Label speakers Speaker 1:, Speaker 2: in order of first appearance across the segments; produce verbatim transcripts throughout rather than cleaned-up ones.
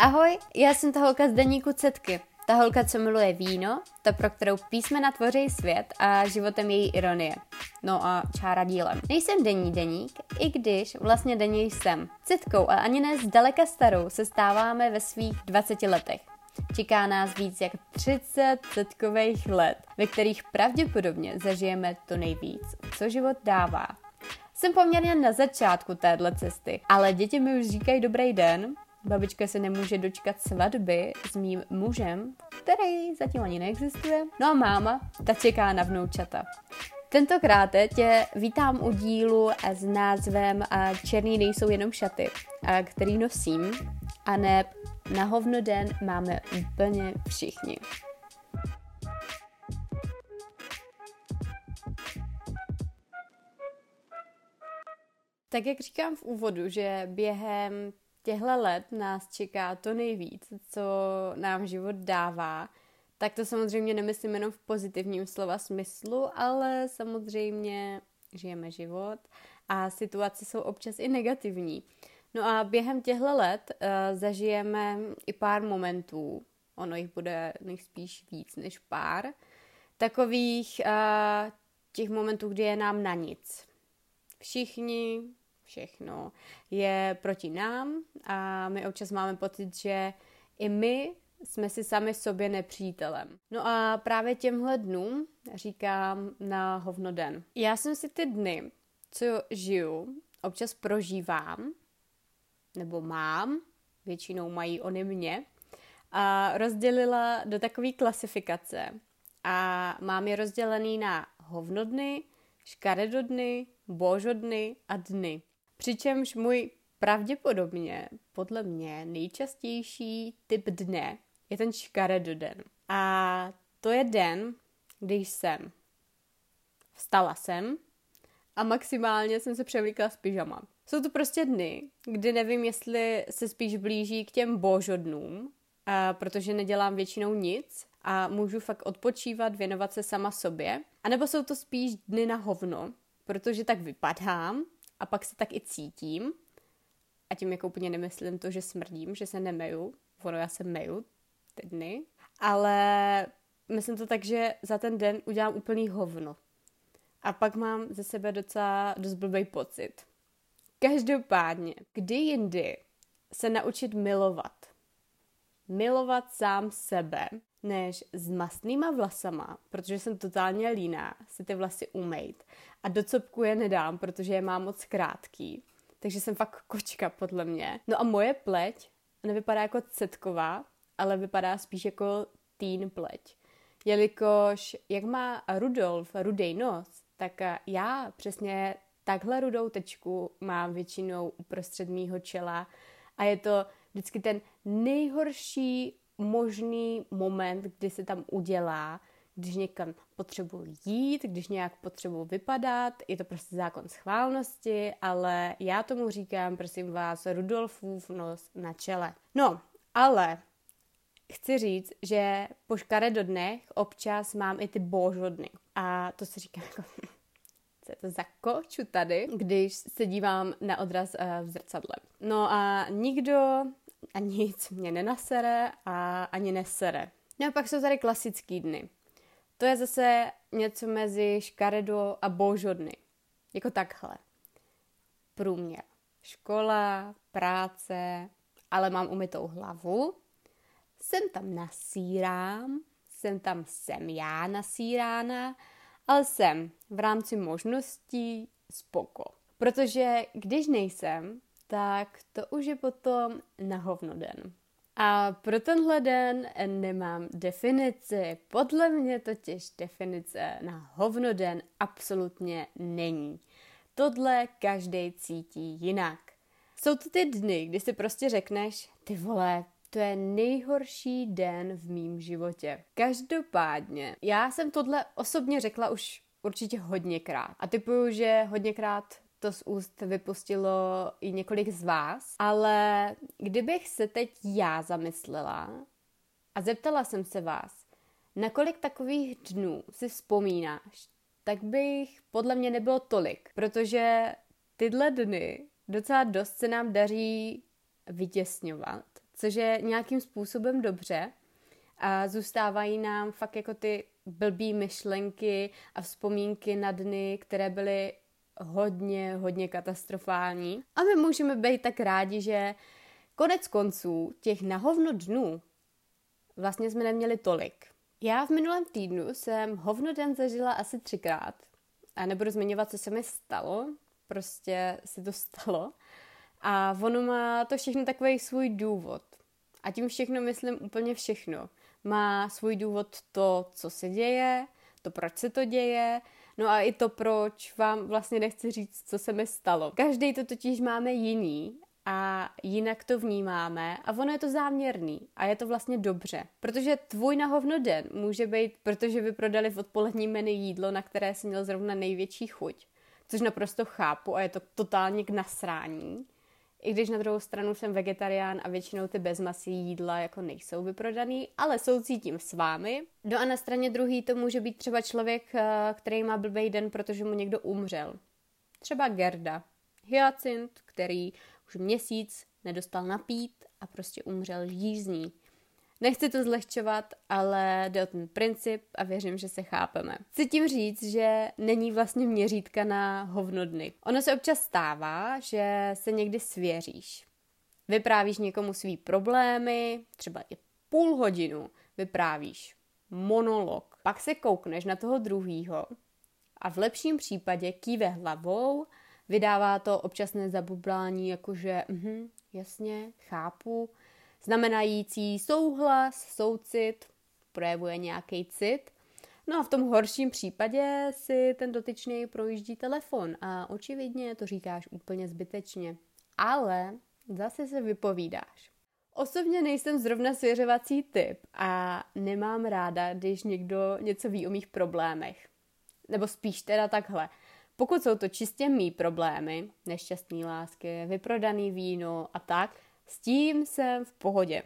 Speaker 1: Ahoj, já jsem ta holka z deníku Cetky. Ta holka, co miluje víno, ta, pro kterou písmena tvoří svět a životem její ironie. No a čára dílem. Nejsem denní deník, i když vlastně denní jsem. Cetkou a ani ne zdaleka starou se stáváme ve svých dvaceti letech. Čeká nás víc jak třicet cetkových let, ve kterých pravděpodobně zažijeme to nejvíc, co život dává. Jsem poměrně na začátku téhle cesty, ale děti mi už říkají dobrý den. Babička se nemůže dočkat svatby s mým mužem, který zatím ani neexistuje. No a máma, ta čeká na vnoučata. Tentokrát tě vítám u dílu s názvem Černý nejsou jenom šaty, který nosím, a neb na hovno den máme úplně všichni. Tak jak říkám v úvodu, že během těchto let nás čeká to nejvíc, co nám život dává, tak to samozřejmě nemyslím jenom v pozitivním slova smyslu, ale samozřejmě žijeme život a situace jsou občas i negativní. No a během těchto let uh, zažijeme i pár momentů, ono jich bude nejspíš víc než pár, takových uh, těch momentů, kdy je nám na nic. Všichni, všechno je proti nám a my občas máme pocit, že i my jsme si sami sobě nepřítelem. No a právě těmhle dnům říkám na hovno den. Já jsem si ty dny, co žiju, občas prožívám, nebo mám, většinou mají oni mě, a rozdělila do takové klasifikace. A mám je rozdělený na hovnodny, škaredodny, božodny a dny. Přičemž můj pravděpodobně, podle mě, nejčastější typ dne je ten škaredoden. A to je den, když jsem vstala jsem a maximálně jsem se převlíkla z pyžama. Jsou to prostě dny, kdy nevím, jestli se spíš blíží k těm božodnům, a protože nedělám většinou nic a můžu fakt odpočívat, věnovat se sama sobě. A nebo jsou to spíš dny na hovno, protože tak vypadám a pak se tak i cítím. A tím jako úplně nemyslím to, že smrdím, že se nemeju. Ono, já se meju ty dny. Ale myslím to tak, že za ten den udělám úplný hovno. A pak mám ze sebe docela dost blbej pocit. Každopádně, kdy jindy se naučit milovat. Milovat sám sebe, než s mastnýma vlasama, protože jsem totálně líná si ty vlasy umejt. A do copku je nedám, protože je mám moc krátký. Takže jsem fakt kočka, podle mě. No a moje pleť nevypadá jako cetková, ale vypadá spíš jako teen pleť. Jelikož, jak má Rudolf rudej nos, tak já přesně takhle rudou tečku mám většinou uprostřed mýho čela a je to vždycky ten nejhorší možný moment, kdy se tam udělá, když někam potřebuji jít, když nějak potřebuji vypadat, je to prostě zákon schválnosti, ale já tomu říkám, prosím vás, Rudolfův nos na čele. No, ale chci říct, že po škaredodnech občas mám i ty božodny. A to si říkám jako, co je to za koču tady, když se dívám na odraz uh, v zrcadle. No a nikdo a nic mě nenasere a ani nesere. No a pak jsou tady klasický dny. To je zase něco mezi škaredo a božodny. Jako takhle. Průměr. Škola, práce, ale mám umytou hlavu. Jsem tam nasírám, jsem tam jsem já nasírána, ale jsem v rámci možností spoko. Protože když nejsem, tak to už je potom na hovno den. A pro tenhle den nemám definici. Podle mě totiž definice na hovno den absolutně není. Tohle každej cítí jinak. Jsou to ty dny, kdy si prostě řekneš, ty vole, to je nejhorší den v mým životě. Každopádně, já jsem tohle osobně řekla už určitě hodněkrát. A typuju, že hodněkrát to z úst vypustilo i několik z vás, ale kdybych se teď já zamyslela a zeptala jsem se vás, na kolik takových dnů si vzpomínáš, tak bych podle mě nebylo tolik, protože tyhle dny docela dost se nám daří vytěsňovat, což je nějakým způsobem dobře. A zůstávají nám fakt jako ty blbý myšlenky a vzpomínky na dny, které byly hodně, hodně katastrofální. A my můžeme být tak rádi, že konec konců těch na hovno dnů vlastně jsme neměli tolik. Já v minulém týdnu jsem hovno den zažila asi třikrát. A nebudu zmiňovat, co se mi stalo, prostě se to stalo. A ono má to všechno takový svůj důvod. A tím všechno myslím úplně všechno. Má svůj důvod to, co se děje, to, proč se to děje, no a i to, proč vám vlastně nechci říct, co se mi stalo. Každý to totiž máme jiný a jinak to vnímáme a ono je to záměrný a je to vlastně dobře. Protože tvůj na hovno den může být, protože vy prodali v odpolední menu jídlo, na které jsi měl zrovna největší chuť. Což naprosto chápu a je to totálně k nasrání. I když na druhou stranu jsem vegetarián a většinou ty bezmasí jídla jako nejsou vyprodaný, ale soucítím s vámi. No a na straně druhý to může být třeba člověk, který má blbej den, protože mu někdo umřel. Třeba Gerda. Hyacint, který už měsíc nedostal napít a prostě umřel žízní. Nechci to zlehčovat, ale jde o ten princip a věřím, že se chápeme. Chci tím říct, že není vlastně měřítka na hovnodny. Ono se občas stává, že se někdy svěříš. Vyprávíš někomu svý problémy, třeba i půl hodinu vyprávíš monolog. Pak se koukneš na toho druhýho a v lepším případě kýve hlavou, vydává to občasné zabublání, jakože mhm, jasně, chápu, znamenající souhlas, soucit, projevuje nějaký cit. No a v tom horším případě si ten dotyčný projíždí telefon a očividně to říkáš úplně zbytečně. Ale zase se vypovídáš. Osobně nejsem zrovna svěřovací typ a nemám ráda, když někdo něco ví o mých problémech. Nebo spíš teda takhle. Pokud jsou to čistě mý problémy, nešťastný lásky, vyprodaný víno a tak, s tím jsem v pohodě.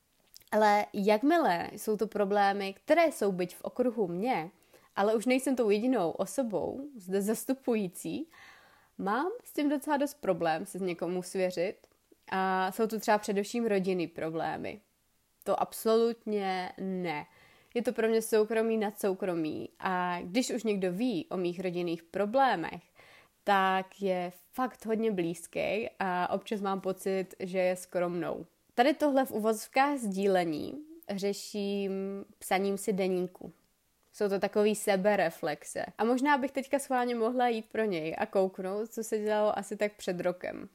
Speaker 1: Ale jakmile jsou to problémy, které jsou byť v okruhu mě, ale už nejsem tou jedinou osobou zde zastupující, mám s tím docela dost problém se s někomu svěřit a jsou to třeba především rodinný problémy. To absolutně ne. Je to pro mě soukromí nad soukromí a když už někdo ví o mých rodinných problémech, tak je fakt hodně blízký a občas mám pocit, že je skoro mnou. Tady tohle v uvozovkách sdílení řeším psaním si deníku. Jsou to takový sebereflexe. A možná bych teďka schválně mohla jít pro něj a kouknout, co se dělalo asi tak před rokem.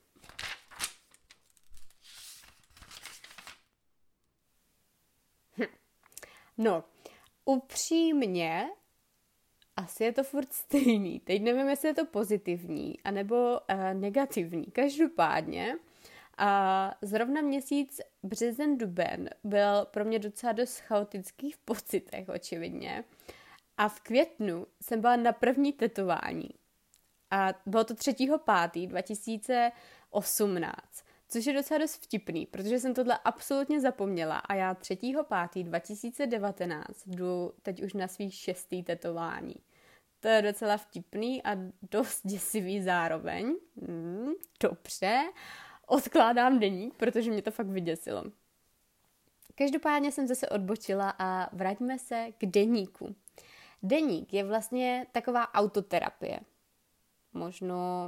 Speaker 1: Hm. No, upřímně, asi je to furt stejný. Teď nevím, jestli je to pozitivní anebo uh, negativní. Každopádně a zrovna měsíc březen, duben byl pro mě docela dost chaotický v pocitech, očividně. A v květnu jsem byla na první tetování. A bylo to třetího pátého dva tisíce osmnáct, což je docela dost vtipný, protože jsem tohle absolutně zapomněla a já třetího pátého dva tisíce devatenáct jdu teď už na svých šestý tetování. To je docela vtipný a dost děsivý zároveň. Hmm, dobře. Odkládám deník, protože mě to fakt vyděsilo. Každopádně jsem zase odbočila a vraťme se k deníku. Deník je vlastně taková autoterapie. Možno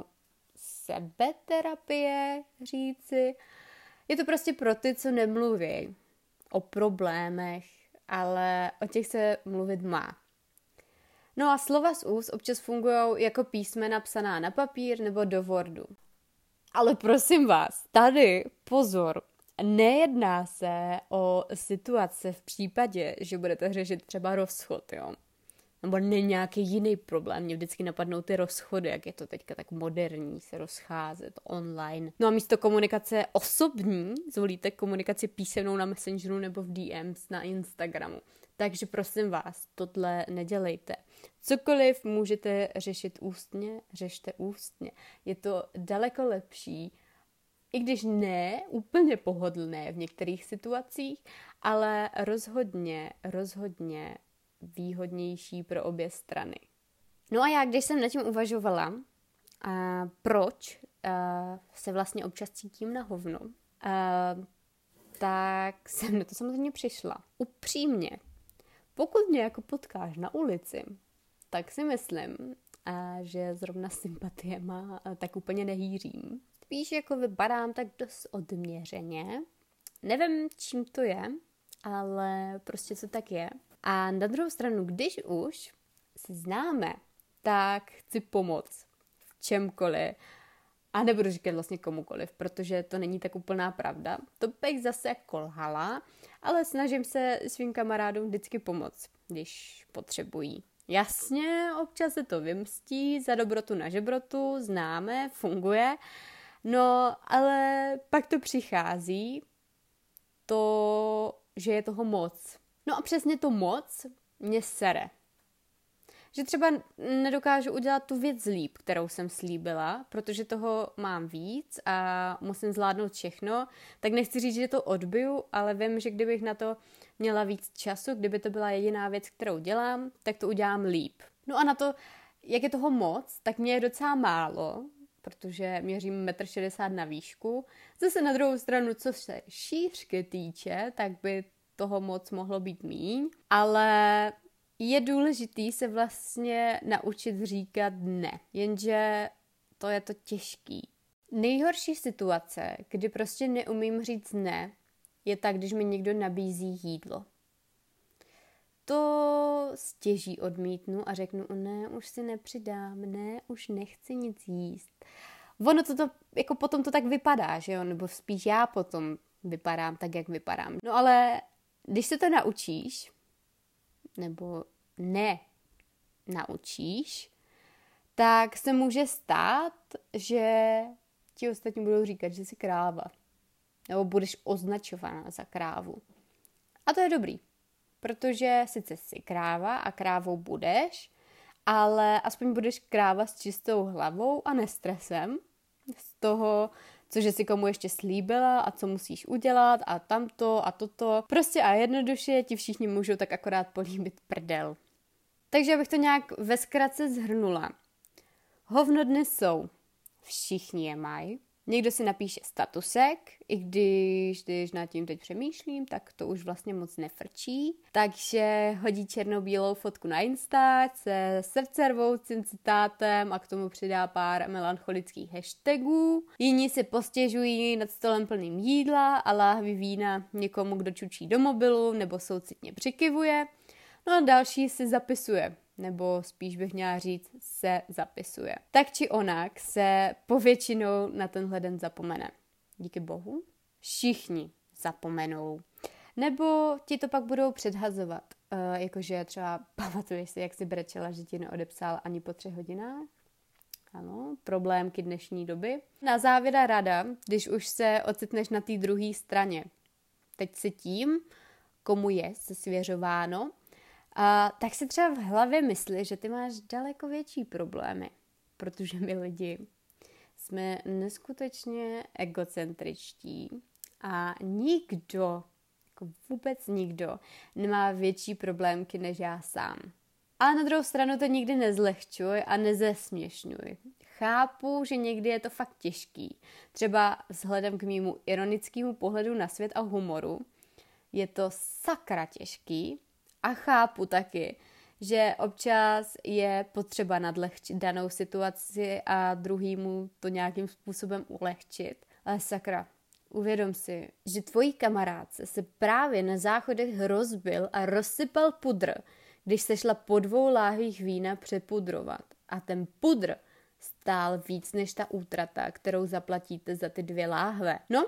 Speaker 1: sebeterapie říci. Je to prostě pro ty, co nemluví o problémech, ale o těch se mluvit má. No a slova z úst občas fungují jako písmena psaná na papír nebo do Wordu. Ale prosím vás, tady pozor, nejedná se o situace v případě, že budete řešit třeba rozchod, jo. Nebo ne nějaký jiný problém. Mě vždycky napadnou ty rozchody, jak je to teďka tak moderní se rozcházet online. No a místo komunikace osobní zvolíte komunikaci písemnou na Messengeru nebo v D Ms na Instagramu. Takže prosím vás, tohle nedělejte. Cokoliv můžete řešit ústně, řešte ústně. Je to daleko lepší, i když ne úplně pohodlné v některých situacích, ale rozhodně, rozhodně výhodnější pro obě strany. No a já, když jsem nad tím uvažovala, a proč a se vlastně občas cítím na hovno, a tak jsem na to samozřejmě přišla. Upřímně, pokud mě jako potkáš na ulici, tak si myslím, a že zrovna sympatiema tak úplně nehýřím. Spíš jako vypadám tak dost odměřeně. Nevím, čím to je, ale prostě co tak je. A na druhou stranu, když už se známe, tak chci pomoct v čemkoliv. A nebudu říkat vlastně komukoliv, protože to není tak úplná pravda. To bych zase kolhala, ale snažím se svým kamarádům vždycky pomoct, když potřebují. Jasně, občas se to vymstí, za dobrotu na žebrotu, známe, funguje, no ale pak to přichází, to, že je toho moc. No a přesně to moc mě sere. Že třeba nedokážu udělat tu věc líp, kterou jsem slíbila, protože toho mám víc a musím zvládnout všechno, tak nechci říct, že to odbiju, ale vím, že kdybych na to měla víc času, kdyby to byla jediná věc, kterou dělám, tak to udělám líp. No a na to, jak je toho moc, tak mě je docela málo, protože měřím metr šedesát na výšku. Zase na druhou stranu, co se šířky týče, tak by toho moc mohlo být míň, ale je důležitý se vlastně naučit říkat ne, jenže to je to těžký. Nejhorší situace, kdy prostě neumím říct ne, je tak, když mi někdo nabízí jídlo. To stěží odmítnu a řeknu, ne, už si nepřidám, ne, už nechci nic jíst. Ono to, to jako potom to tak vypadá, že jo, nebo spíš já potom vypadám tak, jak vypadám. No ale když se to naučíš, nebo ne naučíš, tak se může stát, že ti ostatní budou říkat, že jsi kráva. Nebo budeš označovaná za krávu. A to je dobrý, protože sice jsi kráva a krávou budeš, ale aspoň budeš kráva s čistou hlavou a nestresem z toho, cože si komu ještě slíbila a co musíš udělat a tamto a toto. Prostě a jednoduše ti všichni můžou tak akorát políbit prdel. Takže abych to nějak ve zkratce zhrnula. Hovno dny jsou. Všichni je mají. Někdo si napíše statusek, i když, když nad tím teď přemýšlím, tak to už vlastně moc nefrčí. Takže hodí černobílou fotku na Insta se srdcervoucím citátem a k tomu přidá pár melancholických hashtagů. Jiní si postěžují nad stolem plným jídla a láhví vína někomu, kdo čučí do mobilu nebo soucitně přikyvuje. No a další si zapisuje, nebo spíš bych měla říct, se zapisuje. Tak či onak se povětšinou na tenhle den zapomene. Díky bohu. Všichni zapomenou. Nebo ti to pak budou předhazovat. E, jakože třeba pamatuješ si, jak si brečela, že ti neodepsal ani po třech hodinách? Ano, problémky dnešní doby. Na závěr rada, když už se ocitneš na té druhé straně. Teď si tím, komu je se svěřováno, a tak si třeba v hlavě myslí, že ty máš daleko větší problémy, protože my lidi jsme neskutečně egocentričtí a nikdo, jako vůbec nikdo, nemá větší problémky než já sám. Ale na druhou stranu to nikdy nezlehčuj a nezesměšňuj. Chápu, že někdy je to fakt těžký. Třeba vzhledem k mému ironickému pohledu na svět a humoru je to sakra těžký. A chápu taky, že občas je potřeba nadlehčit danou situaci a druhýmu to nějakým způsobem ulehčit. Ale sakra, uvědom si, že tvojí kamarádce se právě na záchodech rozbil a rozsypal pudr, když se šla po dvou láhvích vína přepudrovat. A ten pudr stál víc než ta útrata, kterou zaplatíte za ty dvě láhve. No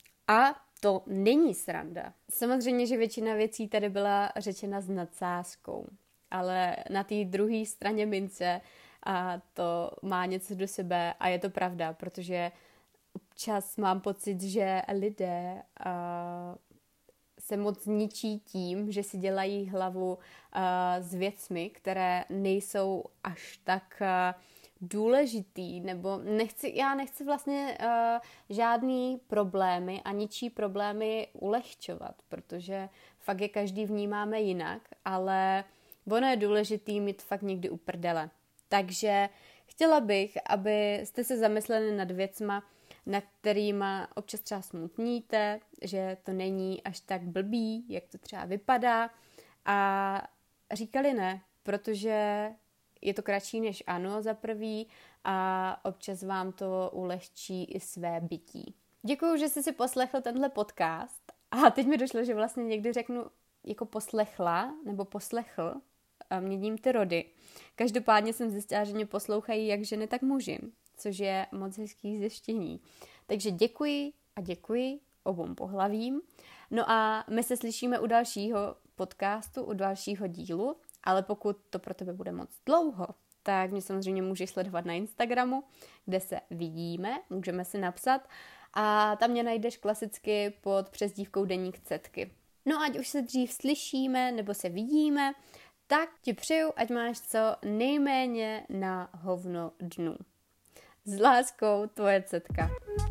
Speaker 1: a to není sranda. Samozřejmě, že většina věcí tady byla řečena s nadsázkou, ale na té druhé straně mince a to má něco do sebe a je to pravda, protože občas mám pocit, že lidé uh, se moc ničí tím, že si dělají hlavu uh, s věcmi, které nejsou až tak uh, důležitý, nebo nechci, já nechci vlastně uh, žádný problémy a ničí problémy ulehčovat, protože fakt je každý vnímáme jinak, ale ono je důležitý mít fakt někdy u prdele. Takže chtěla bych, abyste se zamysleli nad věcma, na kterýma občas třeba smutníte, že to není až tak blbý, jak to třeba vypadá, a říkali ne, protože je to kratší než ano za prvý a občas vám to ulehčí i své bytí. Děkuju, že jsi si poslechl tenhle podcast a teď mi došlo, že vlastně někdy řeknu jako poslechla nebo poslechl, a měním ty rody. Každopádně jsem zjistila, že mě poslouchají jak ženy, tak muži, což je moc hezký zjištění. Takže děkuji a děkuji obou pohlavím. No a my se slyšíme u dalšího podcastu, u dalšího dílu, ale pokud to pro tebe bude moc dlouho, tak mě samozřejmě můžeš sledovat na Instagramu, kde se vidíme, můžeme si napsat a tam mě najdeš klasicky pod přezdívkou Deník Cetky. No ať už se dřív slyšíme nebo se vidíme, tak ti přeju, ať máš co nejméně na hovno dnu. S láskou, tvoje Cetka.